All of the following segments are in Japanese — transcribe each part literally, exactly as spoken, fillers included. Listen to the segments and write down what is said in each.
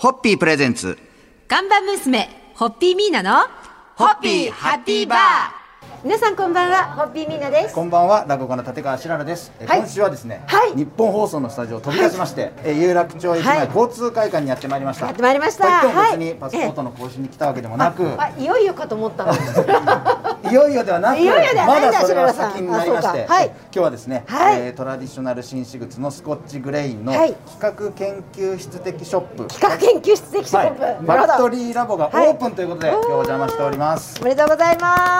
ホッピープレゼンツ看板娘ホッピーミーナのホッピーハッピーバー。 皆さんこんばんは、ホッピーミーナです。 こんばんは、落語家の立川しららです。 はい、 今週はですね、 はい、 日本放送のスタジオを飛び出しまして、はい、有楽町駅前、はい、交通会館にやってまいりました。 やってまいりました。 といっても別にパスポートの更新に来たわけでもなく、 ああいよいよかと思ったの。 いよいよではなく、 いよいよではないんだ、 まだそれは先になりまして、 はい、 今日はですね、はい、えー、トラディショナル紳士靴のスコッチグレインの企画研究室的ショップ、 企画研究室的ショップ、はい、 ファクトリーラボがオープンということで、はい、今日お邪魔しております。 おめでとうございます。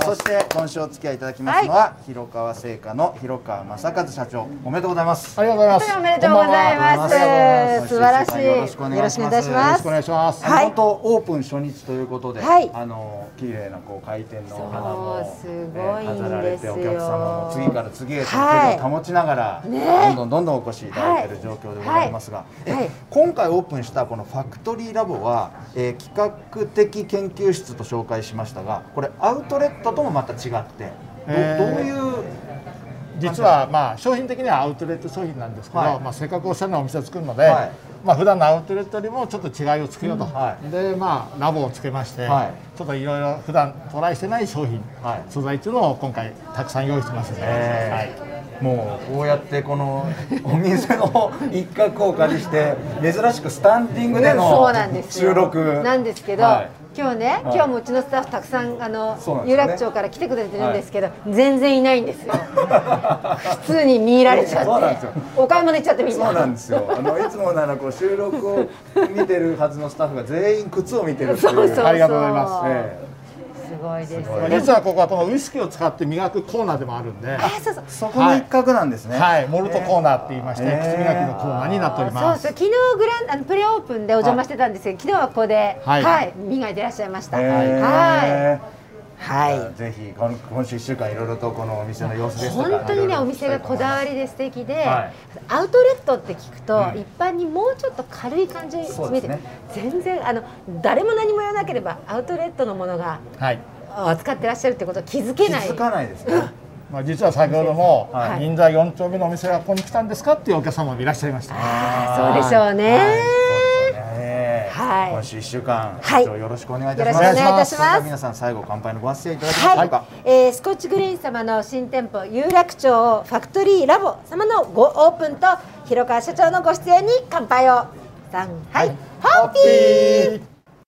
そして今週お付き合いいただきますのは、はい、広川製菓の広川正和社長、おめでとうございます。 ありがとうございます。 おめでとうございます。素晴らしい。 よろしくお願いします。 よろしくお願いします。 はい、本当オープン初日ということで、 はい、 あの綺麗なこう回転の花もすごいんですよ、 飾られて、お客様も次から次へと距離を保ちながら、ね、どんどんどんどんお越しいただいている状況でございますが、はいはい、え今回オープンしたこのファクトリーラボは、えー、企画的研究室と紹介しましたが、これアウトレットともまた違って、ど, どういう実はまあ商品的にはアウトレット商品なんですけど、はい、まあせっかくおしゃれなお店を作るので、はい、まあ普段のアウトレットよりもちょっと違いをつけようと、うん、はい、でまあラボをつけまして、はい、ちょっといろいろ普段トライしてない商品、はい、素材っていうのを今回たくさん用意してますので、はい、 もうこうやってこのお店の一角をお借りして珍しくスタンディングでの収録なんですけど、はい、今日ね、はい、今日もうちのスタッフたくさんあの、ね、有楽町から来てくれてるんですけど、はい、全然いないんですよ。普通に見られちゃってお買い物行っちゃってみんな。 そうなんですよ。あのいつもならこう収録を見てるはずのスタッフが全員靴を見てるっていう。 そうそうそう、 ありがとうございます、ええ、すごいです。 実はここはこのウイスキーを使って磨くコーナーでもあるんで、 あ、そうそう、 そこの一角なんですね。 はい、モルトコーナーって言いまして、靴磨きのコーナーになっております。 そうそう、昨日グランあのプレオープンでお邪魔してたんですけど、昨日はここで、はい、はい、磨いていらっしゃいました。はい、はい、 ぜひ今週いっしゅうかんいろいろとこのお店の様子ですとか、 本当にねお店がこだわりで素敵で、はい、アウトレットって聞くと、うん、一般にもうちょっと軽い感じに見えて、ね、全然あの誰も何も言わなければアウトレットのものが、はい、扱ってらっしゃるってことは気づけない。 気づかないですね。 まあ実は先ほども、はい、銀座よん丁目のお店がここに来たんですかっていうお客様もいらっしゃいました。 ああ、そうでしょうね。はいはい、今週いっしゅうかん、はい、よろしくお願いいたします。 よろしくお願いいたします。 皆さん最後乾杯のご発声いただけますでしょうか。はい、 えー、スコッチグレイン様の新店舗有楽町ファクトリーラボ様のごオープンと広川社長のご出演に乾杯を。さん、はい、ホッピー。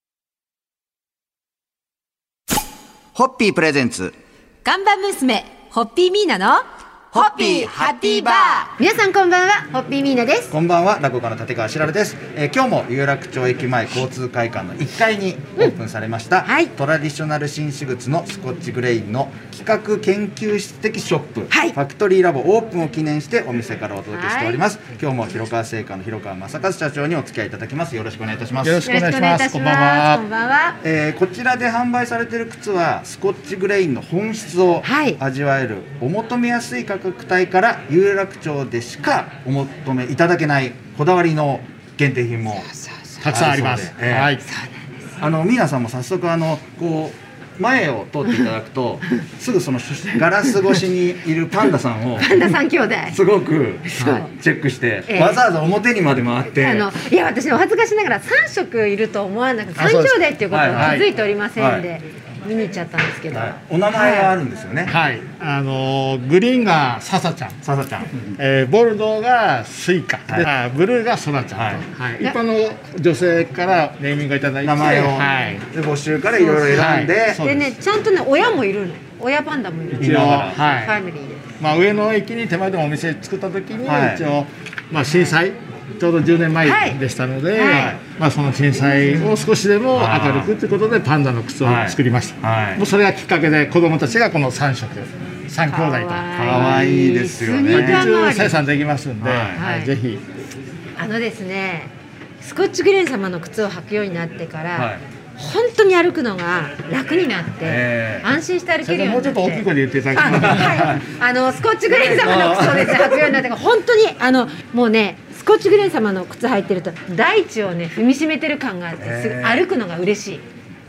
ホッピープレゼンツ看板娘ホッピーミーナのホッピーハッピーバー。皆さんこんばんは、ホッピーミーナです。 こんばんは、落語家の立川しららです。えー、今日も有楽町駅前交通会館のいっかいにオープンされました、うん、はい、トラディショナル紳士靴のスコッチグレインの企画研究室的ショップ、はい、ファクトリーラボオープンを記念してお店からお届けしております、はい、今日も広川製菓の広川正和社長にお付き合いいただきます。よろしくお願いいたします。 よろしくお願いします。こんばんは。 こんばんは。 えー、こちらで販売されている靴はスコッチグレインの本質を味わえる、はい、お求めやすい価格帯から有楽町でしかお求めいただけないこだわりの限定品もたくさんあります。 えー、はい。あの皆さんも早速あのこう前を通っていただくとすぐそのガラス越しにいるパンダさんをパンダさん兄弟すごくチェックして、えー、わざわざ表にまで回ってあのいや私お恥ずかしながらさん色いると思わなくてさん兄弟っていうことを気づいておりませんで。はいはい、見に行っちゃったんですけど、はい、 お名前があるんですよね。 はい、あのー、グリーンがササちゃん、 ササちゃん、 えー、ボルドーがスイカ、はい、でブルーがソラちゃん、はい、はい、一般の女性からネーミングをいただいて、 名前を、はい、で募集からいろいろ選んで、はい、 でね、ちゃんとね親もいるの、親パンダもいる、 一応、はい、 ファミリーで、 まあ上野駅に手前でもお店作った時に、はい、一応まあ震災、はい、ちょうどじゅうねんまえでしたので、はいはい、まあ、その震災を少しでも明るくということでパンダの靴を作りました、はいはい、もうそれがきっかけで子どもたちがこのさん色さん兄弟とかわいいですよね。 受注生産できますんで、はいはい、ぜひ。 あのですね、スコッチグレイン様の靴を履くようになってから、はい、本当に歩くのが楽になって、えー、安心して歩けるようになって、 もうちょっと大きい声で言っていただきます。 はい、あのスコッチグレイン様の靴をですね履くようになって本当にあのもうね、スコッチグレイン様の靴履いてると大地をね踏みしめてる感があって、すぐ歩くのが嬉しい。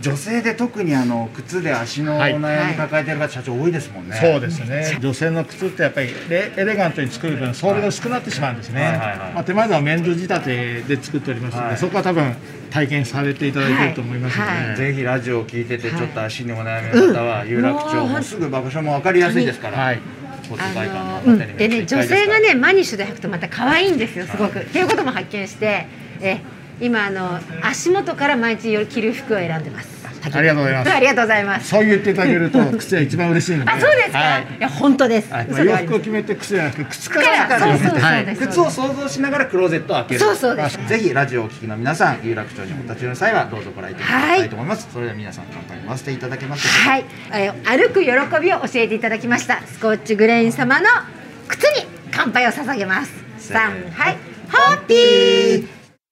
女性で特にあの靴で足のお悩み抱えてる方、社長多いですもんね。 そうですね。女性の靴ってやっぱりエレガントに作る分ソールが薄くなってしまうんですね。まあ手前ではメンズ仕立てで作っておりますので、そこは多分体験されていただいていると思いますので、 ぜひラジオを聞いててちょっと足にお悩みの方は有楽町もすぐ場所も分かりやすいですから。 あのでね、女性がねマニッシュで履くとまた可愛いんですよ、すごく。っていうことも発見して、え今あの足元から毎日着る服を選んでます。 ありがとうございます。 ありがとうございます。 そう言っていただけると靴は一番嬉しいので。 あ、そうですか。いや本当です。 洋服を決めて靴じゃなくて靴からそうそうそうです。 靴を想像しながらクローゼットを開ける。 そうそうです。 ぜひラジオをお聞きの皆さん、有楽町にお立ち寄りの際はどうぞご来店いただきたいと思います。それでは皆さん乾杯を回していただけますでしょうか。 はい。え歩く喜びを教えていただきましたスコッチグレイン様の靴に乾杯を捧げます。さんはいホッピー。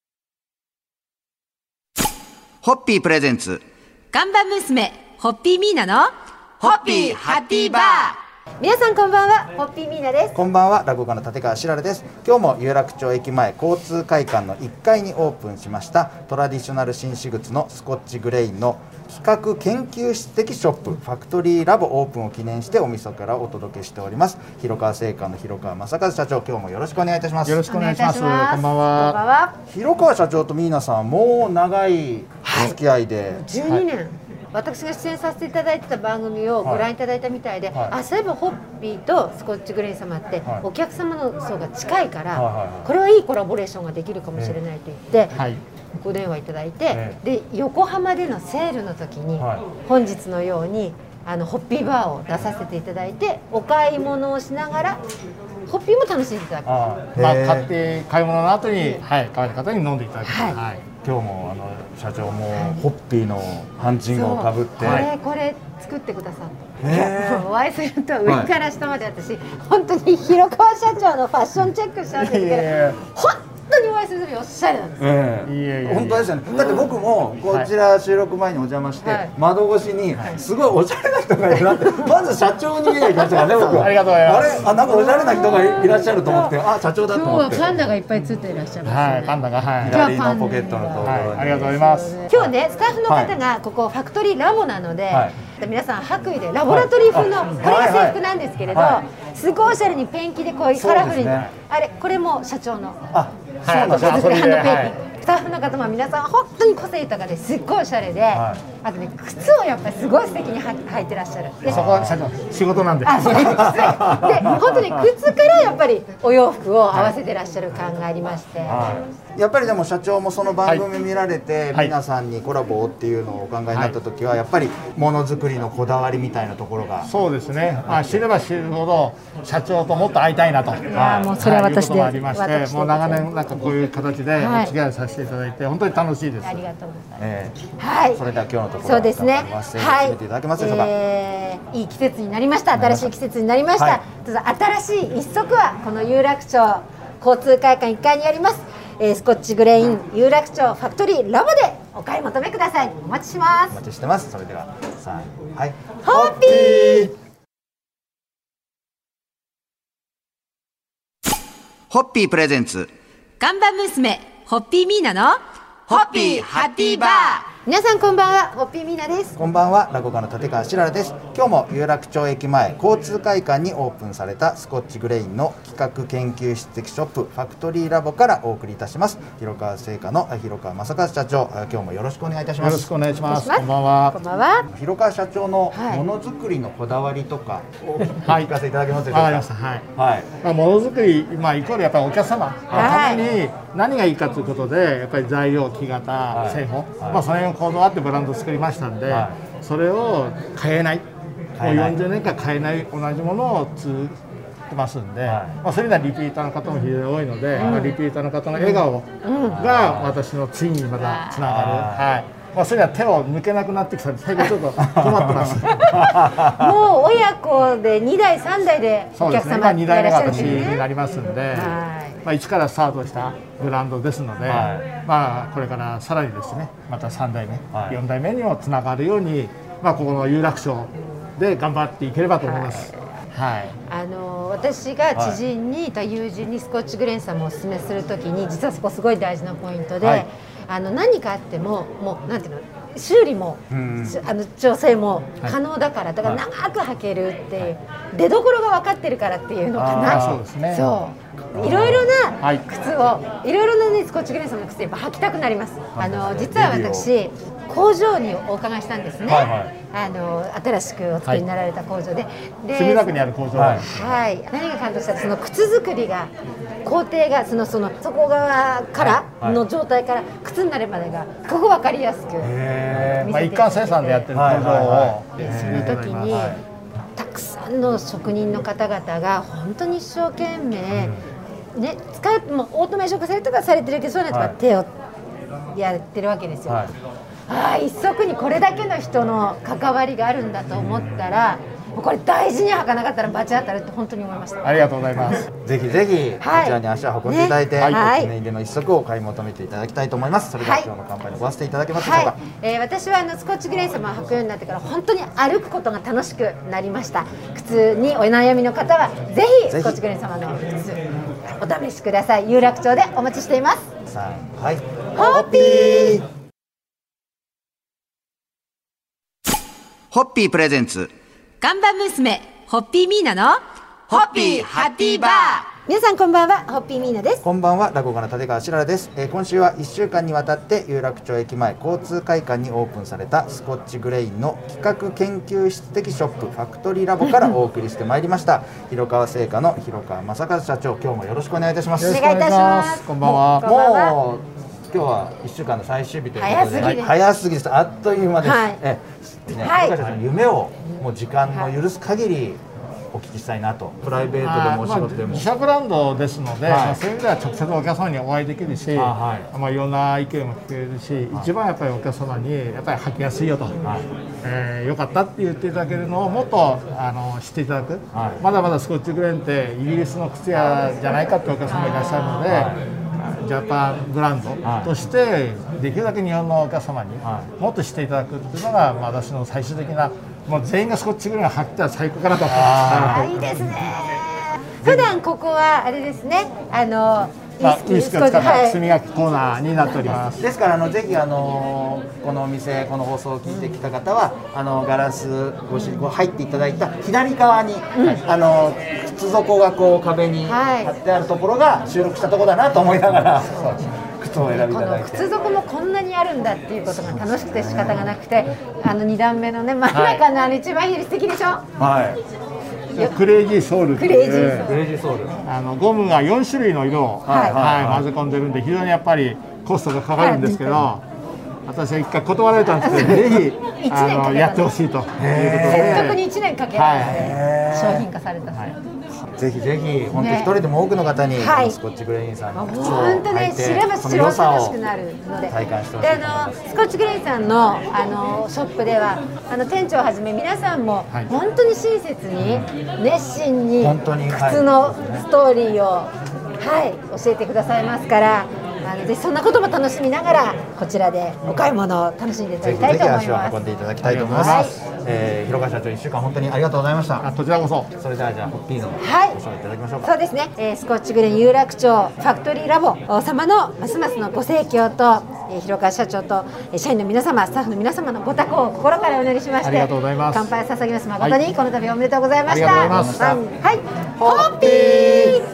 ホッピープレゼンツ看板娘ホッピーミーナのホッピーハッピーバー。 皆さんこんばんは、ホッピーミーナです。 こんばんは、落語家の立川しららです。今日も有楽町駅前交通会館のいっかいにオープンしましたトラディショナル紳士靴のスコッチグレインの企画研究室的ショップファクトリーラボオープンを記念してお店からお届けしております広川製菓の広川正和社長、今日もよろしくお願いいたします。 よろしくお願いします。こんばんは。 広川社長とミーナさん、もう長いお付き合いで、 はい、じゅうにねん、はい、私が出演させていただいてた番組をご覧いただいたみたいで、はい、あ、そういえばホッピーとスコッチグレイン様ってお客様の層が近いから、はい、これはいいコラボレーションができるかもしれないと言って、はい、ご電話いただいて、えー、で横浜でのセールの時に、はい、本日のようにあのホッピーバーを出させていただいて、お買い物をしながらホッピーも楽しんでいただく。 あ、まあ、買って買い物の後に、はい、買われた方に飲んでいただく。はいはい、今日もあの社長もホッピーのハンチングをかぶって、 これこれ作ってくださって、お会いすると上から下まで私、はい、本当に広川社長のファッションチェックしちゃうんですけど、本当にお会いするときおしゃれなんです。えー、いやいや本当ですよね。だって僕もこちら収録前にお邪魔して、はい、窓越しにすごいおしゃれな人がいるなって、まず社長に見えてきましたからね、僕は。 ありがとうございます。 あれ、あ、なんかおしゃれな人がいらっしゃると思って、あ、社長だと思って。 今日はパンダがいっぱいついていらっしゃるんですよね。 はい、パンダが、はい、 左のポケットのところに、はい、 ありがとうございます。 今日ね、スタッフの方がここファクトリーラボなので、はい、皆さん白衣でラボラトリー風の、これが制服なんですけれど、すごいおしゃれにペンキでこういうカラフルに、あれ、これも社長の。 そうなんですね。スタッフの方も皆さん本当に個性豊かですっごいおしゃれで、はい、あとね靴をやっぱりすごい素敵に履いてらっしゃる。 そこは社長仕事なんで。 あ、そうです。で本当に靴からやっぱりお洋服を合わせてらっしゃる感がありまして、はい、 やっぱりでも社長もその番組見られて、はい、皆さんにコラボっていうのをお考えになった時は、はい、やっぱりものづくりのこだわりみたいなところが。 そうですね。まあ知れば知るほど社長ともっと会いたいなと。 いやもうそれは私で。 ありまして、もう長年なんかこういう形でお付き合いさせていただいて本当に楽しいです。 ありがとうございます。 えー、はい。それでは今日のところそうですね。 はい。いただけますでしょうか。 えー、いい季節になりました。新しい季節になりました。はい、どうぞ新しい一足はこの有楽町交通会館いっかいにあります、えー、スコッチグレイン有楽町ファクトリーラボでお買い求めください。お待ちします。 お待ちしてます。それではさん、はい。 ホッピー。 ホッピープレゼンツ看板娘ホッピーミーナのホッピーハッピーバー。 皆さんこんばんは、ホッピーミーナです。 こんばんは、落語家の立川しららです。今日も有楽町駅前交通会館にオープンされたスコッチグレインの企画研究室的ショップファクトリーラボからお送りいたします。広川製菓の広川正和社長、今日もよろしくお願いいたします。 よろしくお願いします。こんばんは。 こんばんは。 広川社長のものづくりのこだわりとかを聞かせていただけますでしょうか。 わかりました。はい。はい。まあものづくり、まあイコールやっぱりお客様のために何がいいかということで、やっぱり材料、木型、製法、まあその辺の構造があってブランド作りましたんで、はい、それを変えない、もうよんじゅうねんかん変えない同じものを作ってますんで、はい、まあ、そういうのはリピーターの方も非常に多いので、はい、まあ、リピーターの方の笑顔が私の次にまたつながる、はい、まあ、それには手を抜けなくなってきたんで最近ちょっと困ってますもう親子でにだいさんだいでお客様いらっしゃるんですね。 にだいめが私になりますんで、はい、まあ、一からスタートしたブランドですので、はい、まあこれからさらにですね、またさんだいめ、はい、よんだいめにもつながるように、まあ、ここの有楽町で頑張っていければと思います。はい、はい、 あの私が知人にいた友人にスコッチグレインさんもおすすめするときに、実はそこすごい大事なポイントで、はい、 あの何かあってももうなんていうの修理も、うん、あの調整も可能だから、はい、だから長く履けるっていう、はい、出どころが分かってるからっていうのかな。 そうですね。 そういろいろな靴を、はい、いろいろな、ね、スコッチグレインさんの靴やっぱ履きたくなります。あの実は私工場にお伺いしたんですね、はいはい、あの新しくお作りになられた工場で、で墨田区にある工場なんです、 はい、何が感動したらその靴作りが工程がそのその外側からの状態から靴になるまでがすごく分かりやすく見せていただいて、 まあ、一貫生産でやってる工場をその時にたくさんの職人の方々が本当に一生懸命、ね、使うもうオートメーション化されとかされてるけどそういうのとか手をやってるわけですよ、はい、ああ一足にこれだけの人の関わりがあるんだと思ったらこれ大事に履かなかったらバチ当たるって本当に思いました。 ありがとうございます。 ぜひぜひこちらに足を運んでいただいて、ね、はい、お気に入りの一足をお買い求めていただきたいと思います。それでは今日の乾杯にごわせていただけますでしょうか。はい、えー、私はあのスコッチグレイン様を履くようになってから本当に歩くことが楽しくなりました。靴にお悩みの方はぜひスコッチグレイン様の靴お試しください。有楽町でお待ちしています。 さあ、はい、 ホッピーホッピープレゼンツ看板娘ホッピーミーナのホッピーハッピーバー。 皆さんこんばんは、ホッピーミーナです。 こんばんは、落語家の立川しららです、えー、今週はいっしゅうかんにわたって有楽町駅前交通会館にオープンされたスコッチグレインの企画研究室的ショップファクトリーラボからお送りしてまいりました広川製菓の広川正和社長、今日もよろしくお願いいたします。 お願いいたします。 こんばんは。 もう今日はいっしゅうかんの最終日ということで、早すぎです、早すぎです。あっという間です、はい、えね、はい、広川社長の夢をもう時間の許す限りお聞きしたいなと。プライベートでもお仕事でも、 まあ、自社ブランドですので、はい、まあ、そういう意味では直接お客様にお会いできるし、あ、はい、まあ、いろんな意見も聞けるし、はい、一番やっぱりお客様にやっぱり履きやすいよと、はい、えー、よかったって言っていただけるのをもっとあの知っていただく、はい、まだまだスコッチグレインってイギリスの靴屋じゃないかってお客様いらっしゃるので、はい、ジャパンブランドとしてできるだけ日本のお客様にもっと知っていただくっていうのが、まあ、私の最終的な、もう全員がスコッチグレインを履きたら最高かなと思います。 いいですね。普段ここはあれですね、あのウイスキーを使った炭焼きコーナーになっております。 ですからあのぜひあのこのお店、この放送を聞いてきた方はあのガラス越しに入っていただいた左側に、うん、あの靴底がこう壁に貼ってあるところが収録したところだなと思いながら、はい、靴を選びいただいて、 この靴底もこんなにあるんだっていうことが楽しくて仕方がなくて、あのにだんめのね真ん中のあの一番左素敵でしょ。 はい。 クレイジーソウルっていう、 クレイジーソウル、 あのゴムがよんしゅるいの色を、はいはいはい、混ぜ込んでるんで非常にやっぱりコストがかかるんですけど、はい、私は一回断られたんですけどぜひあのやってほしいということで、 せっかくにいちねんかけられて商品化された、はい、 ぜひぜひ本当に一人でも多くの方に、ね、スコッチグレインさんの靴を履いて、知れば知るほど楽しくなるので体感してほしいと思います。 スコッチグレインさんのあのショップではあの店長をはじめ皆さんも本当に親切に熱心に靴のストーリーを、はい、教えてくださいますから。あのぜひそんなことも楽しみながらこちらでお買い物を楽しんでいただきたいと思います。 ぜひぜひ足を運んでいただきたいと思います。はい、えー、広川社長いっしゅうかん本当にありがとうございました。 あ、こちらこそ。 それではじゃあホッピーのご紹介いただきましょうか。 そうですね、えー、スコッチグレイン有楽町ファクトリーラボ様のますますのご盛況と、えー、広川社長と、えー、社員の皆様スタッフの皆様のご多幸を心からお祈りしまして、 ありがとうございます。 乾杯を捧げます。誠にこの度おめでとうございました。 ありがとうございました。 はい、ホッピー。